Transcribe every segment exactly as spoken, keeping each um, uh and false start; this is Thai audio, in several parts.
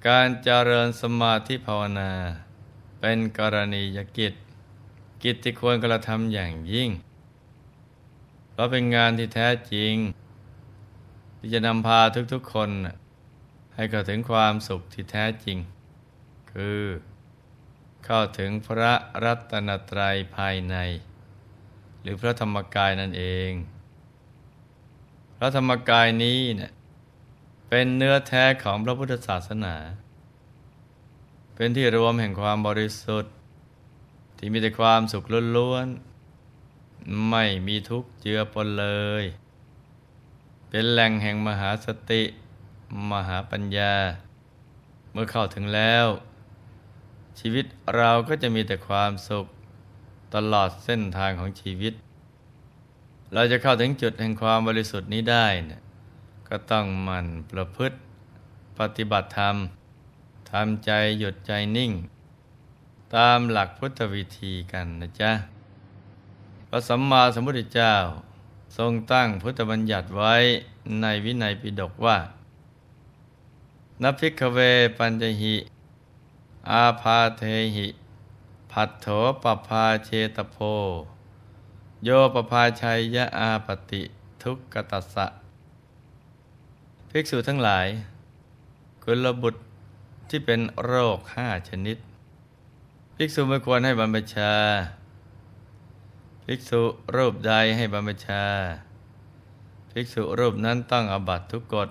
การเจริญสมาธิภาวนาเป็นกรณียกิจกิจที่ควรกระทำอย่างยิ่งเพราะเป็นงานที่แท้จริงที่จะนำพาทุกๆคนให้เข้าถึงความสุขที่แท้จริงคือเข้าถึงพระรัตนตรัยภายในหรือพระธรรมกายนั่นเองพระธรรมกายนี้เนี่ยเป็นเนื้อแท้ของพระพุทธศาสนาเป็นที่รวมแห่งความบริสุทธิ์ที่มีแต่ความสุขล้วนๆไม่มีทุกข์เจือปนเลยเป็นแหล่งแห่งมหาสติมหาปัญญาเมื่อเข้าถึงแล้วชีวิตเราก็จะมีแต่ความสุขตลอดเส้นทางของชีวิตเราจะเข้าถึงจุดแห่งความบริสุทธิ์นี้ได้เนี่ยก็ต้องหมั่นประพฤติปฏิบัติธรรมทำใจหยุดใจนิ่งตามหลักพุทธวิธีกันนะจ๊ะพระสัมมาสัมพุทธเจ้าทรงตั้งพุทธบัญญัติไว้ในวินัยปิฎกว่านัพพิกเวปัญจหิอาพาเทหิภัทโถปภาเชตโพโยปภาชัยยะอาปติทุกขตัสสะภิกษุทั้งหลายกุลบุตรที่เป็นโรคห้าชนิดภิกษุไม่ควรให้บรรพชาภิกษุรูปใดให้บรรพชาภิกษุรูปนั้นต้องอาบัติทุกกฎ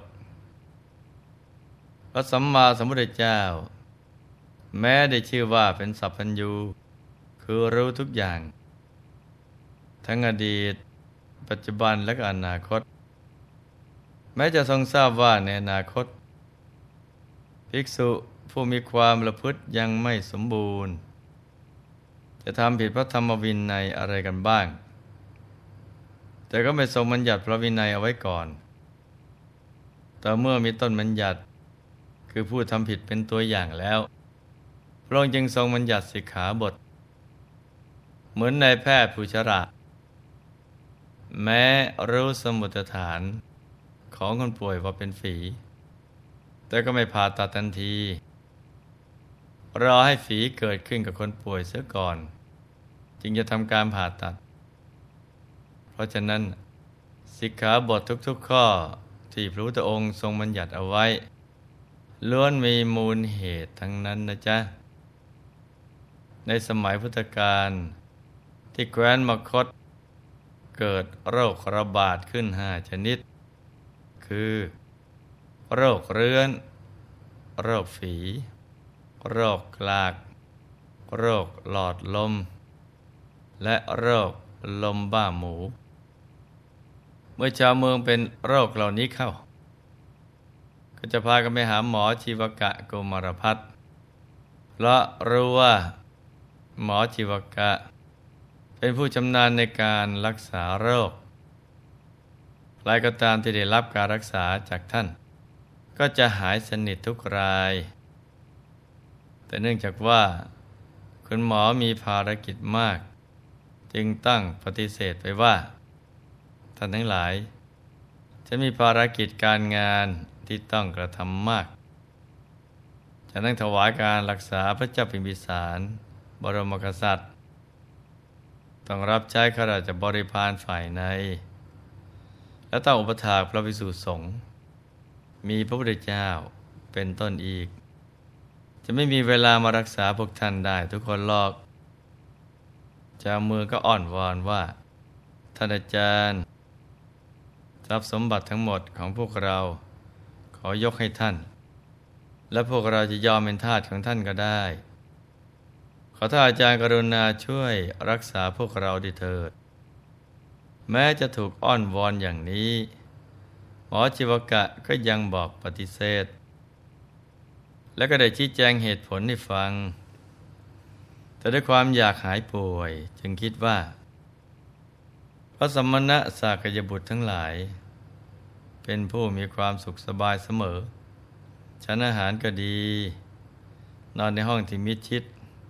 พระสัมมาสัมพุทธเจ้าแม้ได้ชื่อว่าเป็นสัพพัญญูคือรู้ทุกอย่างทั้งอดีตปัจจุบันและก็อนาคตแม้จะทรงทราบว่าในอนาคตภิกษุผู้มีความประพฤติยังไม่สมบูรณ์จะทำผิดพระธรรมวินัยอะไรกันบ้างแต่ก็ไม่ทรงบัญญัติพระวินัยเอาไว้ก่อนแต่เมื่อมีต้นบัญญัติคือผู้ทำผิดเป็นตัวอย่างแล้วพระองค์จึงทรงบัญญัติสิกขาบทเหมือนนายแพทย์ผู้ฉลาดแม้รู้สมุฏฐานของคนป่วยว่าเป็นฝีแต่ก็ไม่ผ่าตัดทันทีรอให้ฝีเกิดขึ้นกับคนป่วยเสียก่อนจึงจะทำการผ่าตัดเพราะฉะนั้นสิกขาบททุกๆข้อที่พระพุทธองค์ทรงบัญญัติเอาไว้ล้วนมีมูลเหตุทั้งนั้นนะจ๊ะในสมัยพุทธกาลที่แคว้นมคธเกิดโรคระบาดขึ้นห้าชนิดคือโรคเรื้อนโรคฝีโรคกลากโรคหลอดลมและโรคลมบ้าหมูเมื่อชาวเมืองเป็นโรคเหล่านี้เข้าก็จะพากันไปหาหมอชีวกะโกมารพัฒน์เพราะรู้ว่าหมอชีวกะเป็นผู้ชำนาญในการรักษาโรคใครก็ตามที่ได้รับการรักษาจากท่านก็จะหายสนิททุกรายแต่เนื่องจากว่าคุณหมอมีภารกิจมากจึงตั้งปฏิเสธไปว่าท่านทั้งหลายจะมีภารกิจการงานที่ต้องกระทำมากจะนั่งถวายการรักษาพระเจ้าพิมพิสารบรมกษัตริย์ต้องรับใช้ข้าราชบริพารฝ่ายในและต้องอุปถากพระภิกษุสงฆ์มีพระพุทธเจ้าเป็นต้นอีกจะไม่มีเวลามารักษาพวกท่านได้ทุกคนหรอกเจ้าเมืองก็อ้อนวอนว่าท่านอาจารย์ทรัพย์สมบัติทั้งหมดของพวกเราขอยกให้ท่านและพวกเราจะยอมเป็นทาสของท่านก็ได้ขอท่านอาจารย์กรุณาช่วยรักษาพวกเราด้วยเถิดแม้จะถูกอ้อนวอนอย่างนี้หมอชีวกะก็ยังบอกปฏิเสธและก็ได้ชี้แจงเหตุผลให้ฟังแต่ด้วยความอยากหายป่วยจึงคิดว่าพระสมณะสากยบุตรทั้งหลายเป็นผู้มีความสุขสบายเสมอฉันอาหารก็ดีนอนในห้องที่มิดชิด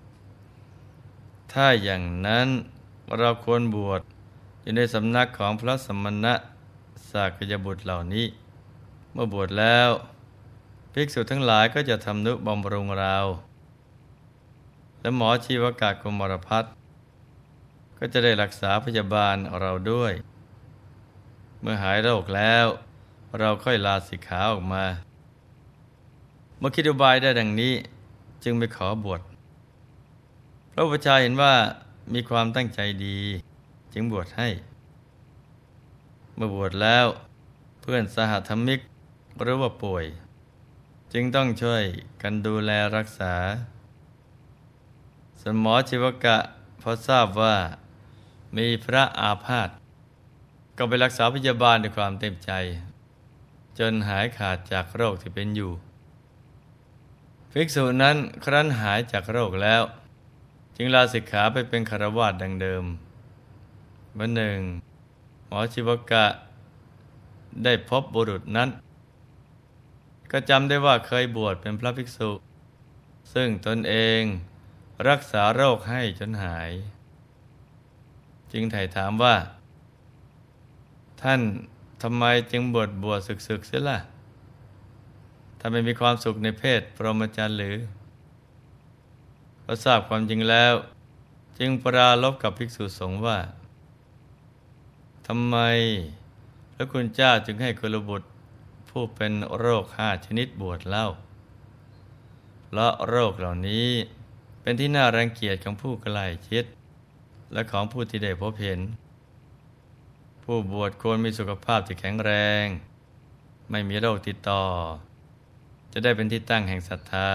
ถ้าอย่างนั้นเราควรบวชอยู่ในสำนักของพระสมณะสากยบุตรเหล่านี้เมื่อบวชแล้วภิกษุทั้งหลายก็จะทำนุบำรุงเราและหมอชีวกะกุมารพัฒน์ก็จะได้รักษาพยาบาลเราด้วย เมื่อหายโรคแล้วเราค่อยลาสิกขาออกมาเมื่อคิดอุบายได้ดังนี้จึงไปขอบวชพระอุปชฌาย์เห็นว่ามีความตั้งใจดีจึงบวชให้เมื่อบวชแล้วเพื่อนสหธรรมิกรู้ว่าป่วยจึงต้องช่วยกันดูแลรักษาส่วนหมอชีวกะพอทราบว่ามีพระอาพาธก็ไปรักษาพยาบาลด้วยความเต็มใจจนหายขาดจากโรคที่เป็นอยู่ภิกษุนั้นครั้นหายจากโรคแล้วจึงลาสิกขาไปเป็นฆราวาสดังเดิมวันหนึ่งหมอชีวกะได้พบบุรุษนั้นก็จำได้ว่าเคยบวชเป็นพระภิกษุซึ่งตนเองรักษาโรคให้จนหายจึงไถ่ถามว่าท่านทำไมจึงบวชบวชศึกๆเสียล่ะถ้าไม่มีความสุขในเพศพรหมจรรย์หรือพอทราบความจริงแล้วจึงปราลบกับภิกษุสงฆ์ว่าทำไมพระคุณเจ้าจึงให้กุลบุตรผู้เป็นโรคห้าชนิดบวชเล่าเพราะโรคเหล่านี้เป็นที่น่ารังเกียจของผู้ใกล้ชิดและของผู้ที่ได้พบเห็นผู้บวชควรมีสุขภาพที่แข็งแรงไม่มีโรคติดต่อจะได้เป็นที่ตั้งแห่งศรัทธา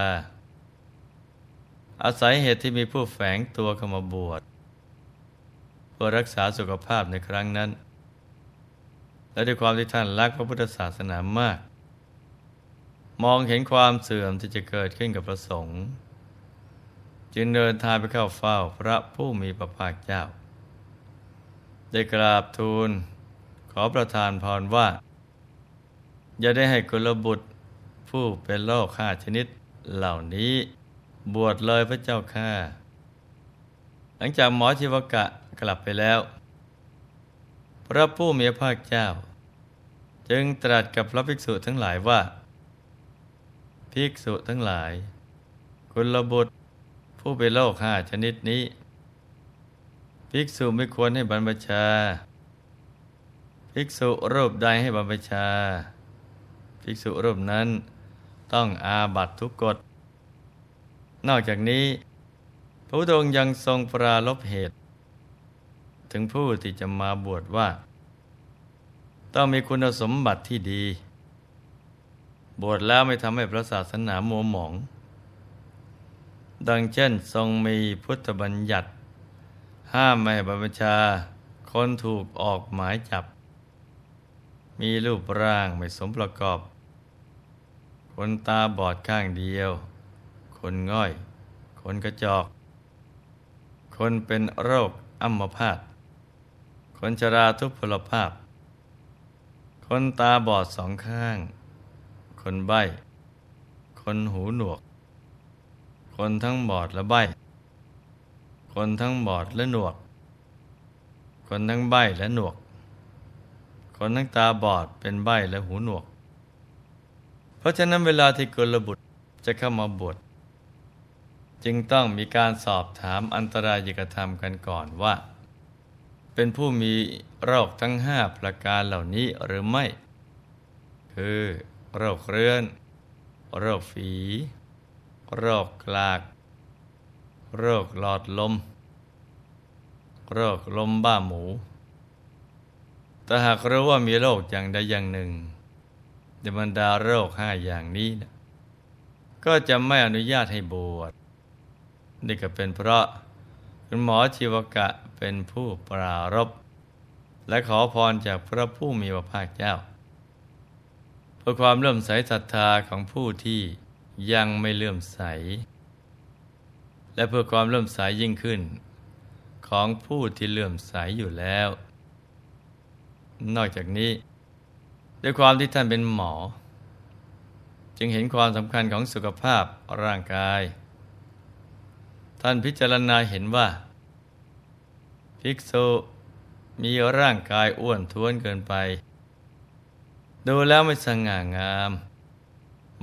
อาศัยเหตุที่มีผู้แฝงตัวเข้ามาบวชเพื่อรักษาสุขภาพในครั้งนั้นและด้วยความที่ท่านรักพระพุทธศาสนามากมองเห็นความเสื่อมที่จะเกิดขึ้นกับพระสงฆ์จึงเดินทางไปเข้าเฝ้าพระผู้มีพระภาคเจ้าได้กราบทูลขอประทานพรว่าอย่าได้ให้กุลบุตรผู้เป็นโรคห้าชนิดเหล่านี้บวชเลยพระเจ้าข้าหลังจากหมอชีวกะกลับไปแล้วพระผู้มีพระภาคเจ้าจึงตรัสกับพระภิกษุทั้งหลายว่าภิกษุทั้งหลายกุลบุตรผู้เป็นโรคห้าชนิดนี้ภิกษุไม่ควรให้บรรพชาภิกษุรูปใดให้บรรพชาภิกษุรูปนั้นต้องอาบัติทุกกฎนอกจากนี้พระพุทธองค์ยังทรงปราลบเหตุถึงผู้ที่จะมาบวชว่าต้องมีคุณสมบัติที่ดีบวชแล้วไม่ทำให้พระศาสนามัวหมองดังเช่นทรงมีพุทธบัญญัติห้ามไม่ให้บรรพชาคนถูกออกหมายจับมีรูปร่างไม่สมประกอบคนตาบอดข้างเดียวคนง่อยคนกระจอกคนเป็นโรคอัมพาตคนชราทุพพลภาพคนตาบอดสองข้างคนใบ้คนหูหนวกคนทั้งบอดและใบ้คนทั้งบอดและหนวกคนทั้งใบ้และหนวกคนทั้งตาบอดเป็นใบ้และหูหนวกเพราะฉะนั้นเวลาที่กุลบุตรจะเข้ามาบวชจึงต้องมีการสอบถามอันตรายกธรรมกันก่อนว่าเป็นผู้มีโรคทั้งห้าประการเหล่านี้หรือไม่คือโรคเรื้อนโรคฝีโรคกลากโรคหลอดลมโรคลมบ้าหมูแต่หากรู้ว่ามีโรคอย่างใดอย่างหนึ่งในบรรดาโรคห้าอย่างนี้นะก็จะไม่อนุญาตให้บวชนี่ก็เป็นเพราะคุณหมอชีวกะเป็นผู้ปรารภและขอพรจากพระผู้มีพระภาคเจ้าเพื่อความเลื่อมใสศรัทธาของผู้ที่ยังไม่เลื่อมใสและเพื่อความเลื่อมใสยิ่งขึ้นของผู้ที่เลื่อมใสอยู่แล้วนอกจากนี้ด้วยความที่ท่านเป็นหมอจึงเห็นความสำคัญของสุขภาพร่างกายท่านพิจารณาเห็นว่าภิกษุมีร่างกายอ้วนท้วนเกินไปดูแล้วไม่สง่างาม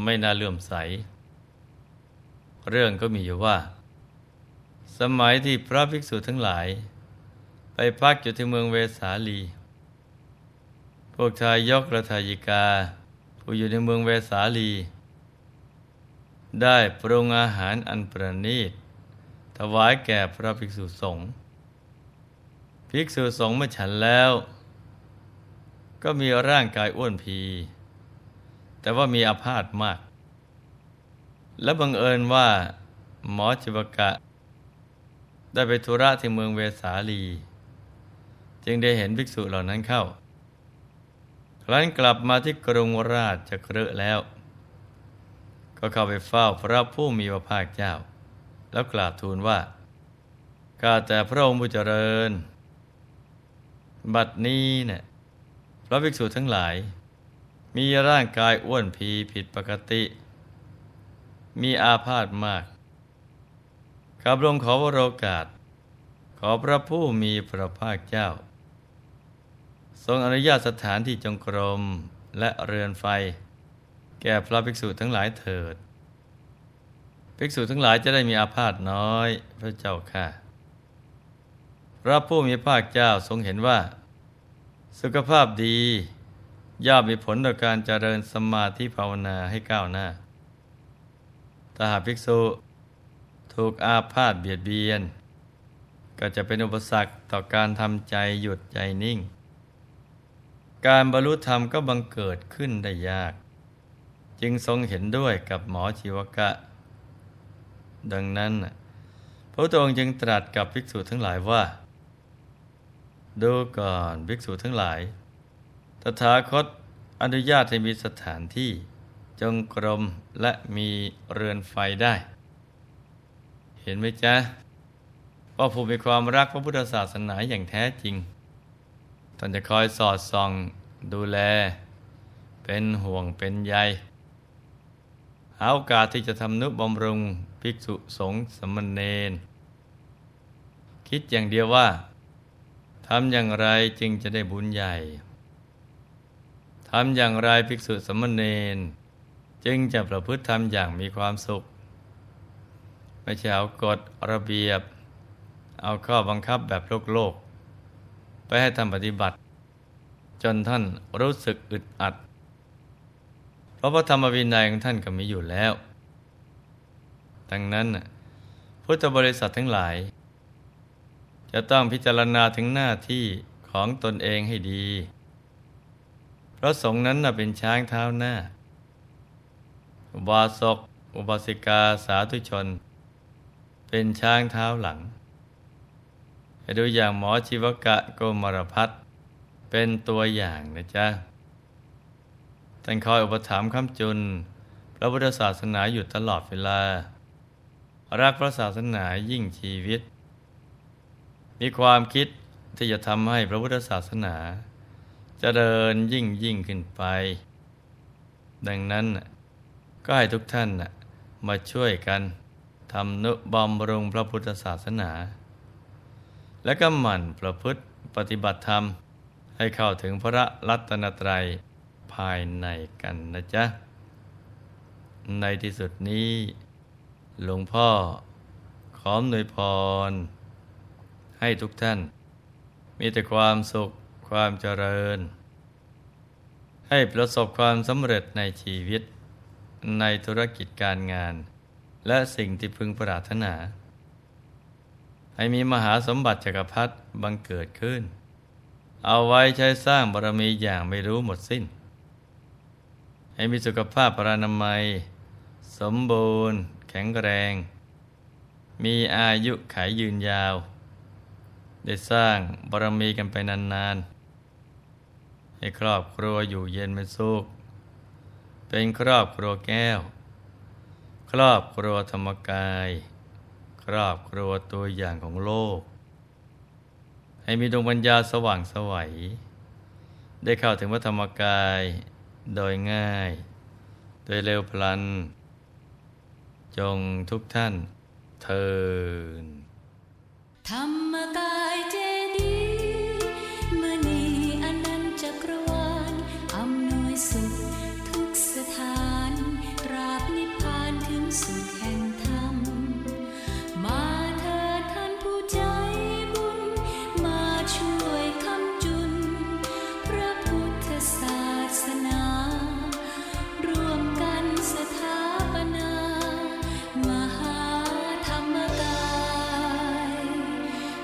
ไม่น่าเลื่อมใสเรื่องก็มีอยู่ว่าสมัยที่พระภิกษุทั้งหลายไปพักอยู่ที่เมืองเวสาลีพวกทายกและทายิกาผู้อยู่ในเมืองเวสาลีได้ปรุงอาหารอันประณีตถวายแก่พระภิกษุสงฆ์ภิกษุสงฆ์เมื่อฉันแล้วก็มีร่างกายอ้วนพีแต่ว่ามีอาพาธมากและบังเอิญว่าหมอจิวกะได้ไปธุระที่เมืองเวสาลีจึงได้เห็นภิกษุเหล่านั้นเข้าครั้นกลับมาที่กรุงราชคฤห์แล้วก็เข้าไปเฝ้าพระผู้มีพระภาคเจ้าแล้วกราบทูลว่าข้าแต่พระองค์ผู้เจริญบัดนี้เนี่ยพระภิกษุทั้งหลายมีร่างกายอ้วนพีผิดปกติมีอาพาธมากข้าพระองค์ขอวโรกาสขอพระผู้มีพระภาคเจ้าทรงอนุญาตสถานที่จงกรมและเรือนไฟแก่พระภิกษุทั้งหลายเถิดภิกษุทั้งหลายจะได้มีอาพาธน้อยพระเจ้าค่ะพระผู้มีพระภาคเจ้าทรงเห็นว่าสุขภาพดีย่อมมีผลต่อการเจริญสมาธิภาวนาให้ก้าวหน้าถ้าหากภิกษุถูกอาพาธเบียดเบียนก็จะเป็นอุปสรรคต่อการทำใจหยุดใจนิ่งการบรรลุธรรมก็บังเกิดขึ้นได้ยากจึงทรงเห็นด้วยกับหมอชีวกะดังนั้นพระองค์จึงตรัสกับภิกษุทั้งหลายว่าดูก่อนภิกษุทั้งหลายตถาคตอนุญาตให้มีสถานที่จงกรมและมีเรือนไฟได้เห็นไหมจ๊ะว่าผู้มีความรักพระพุทธศาสนาอย่างแท้จริงท่านจะคอยสอดส่องดูแลเป็นห่วงเป็นใยหาโอกาสที่จะทำนุบำรุงภิกษุสงฆ์สามเณรคิดอย่างเดียวว่าทำอย่างไรจึงจะได้บุญใหญ่ทำอย่างไรภิกษุสามเณรจึงจะประพฤติธรรมอย่างมีความสุขไม่ใช่เอากฎระเบียบเอาข้อบังคับแบบโลกโลกไปให้ท่านปฏิบัติจนท่านรู้สึกอึดอัดเพราะพระธรรมวินัยของท่านก็มีอยู่แล้วดังนั้นพุทธบริษัททั้งหลายจะต้องพิจารณาถึงหน้าที่ของตนเองให้ดีเพราะสงฆ์นั้นเป็นช้างเท้าหน้าอุบาสกอุบาสิกาสาธุชนเป็นช้างเท้าหลังให้ดูอย่างหมอชีวกะโกมารพัฒน์เป็นตัวอย่างนะจ๊ะท่านคอยอุปถัมภ์ค้ำจุนพระพุทธศาสนาอยู่ตลอดเวลารักพระศาสนายิ่งชีวิตมีความคิดที่จะทำให้พระพุทธศาสนาเจริญยิ่งยิ่งขึ้นไปดังนั้นก็ให้ทุกท่านมาช่วยกันทำนุบำรุงพระพุทธศาสนาและก็หมั่นประพฤติปฏิบัติธรรมให้เข้าถึงพระรัตนตรัยภายในกันนะจ๊ะในที่สุดนี้หลวงพ่อขออวยพรให้ทุกท่านมีแต่ความสุขความเจริญให้ประสบความสำเร็จในชีวิตในธุรกิจการงานและสิ่งที่พึงปรารถนาให้มีมหาสมบัติจักรพรรดิบังเกิดขึ้นเอาไว้ใช้สร้างบารมีอย่างไม่รู้หมดสิ้นให้มีสุขภาพพรรณนามัยสมบูรณ์แข็งแรงมีอายุขัยยืนยาวได้สร้างบารมีกันไปนานๆให้ครอบครัวอยู่เย็นเป็นสุขเป็นครอบครัวแก้วครอบครัวธรรมกายครอบครัวตัวอย่างของโลกให้มีดวงปัญญาสว่างไสวได้เข้าถึงพระธรรมกายโดยง่ายโดยเร็วพลันจงทุกท่านเทินธรรมกายเจดีย์มณีอนันต์จักรวาลอำนวยสุขทุกสถานเรา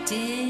เจ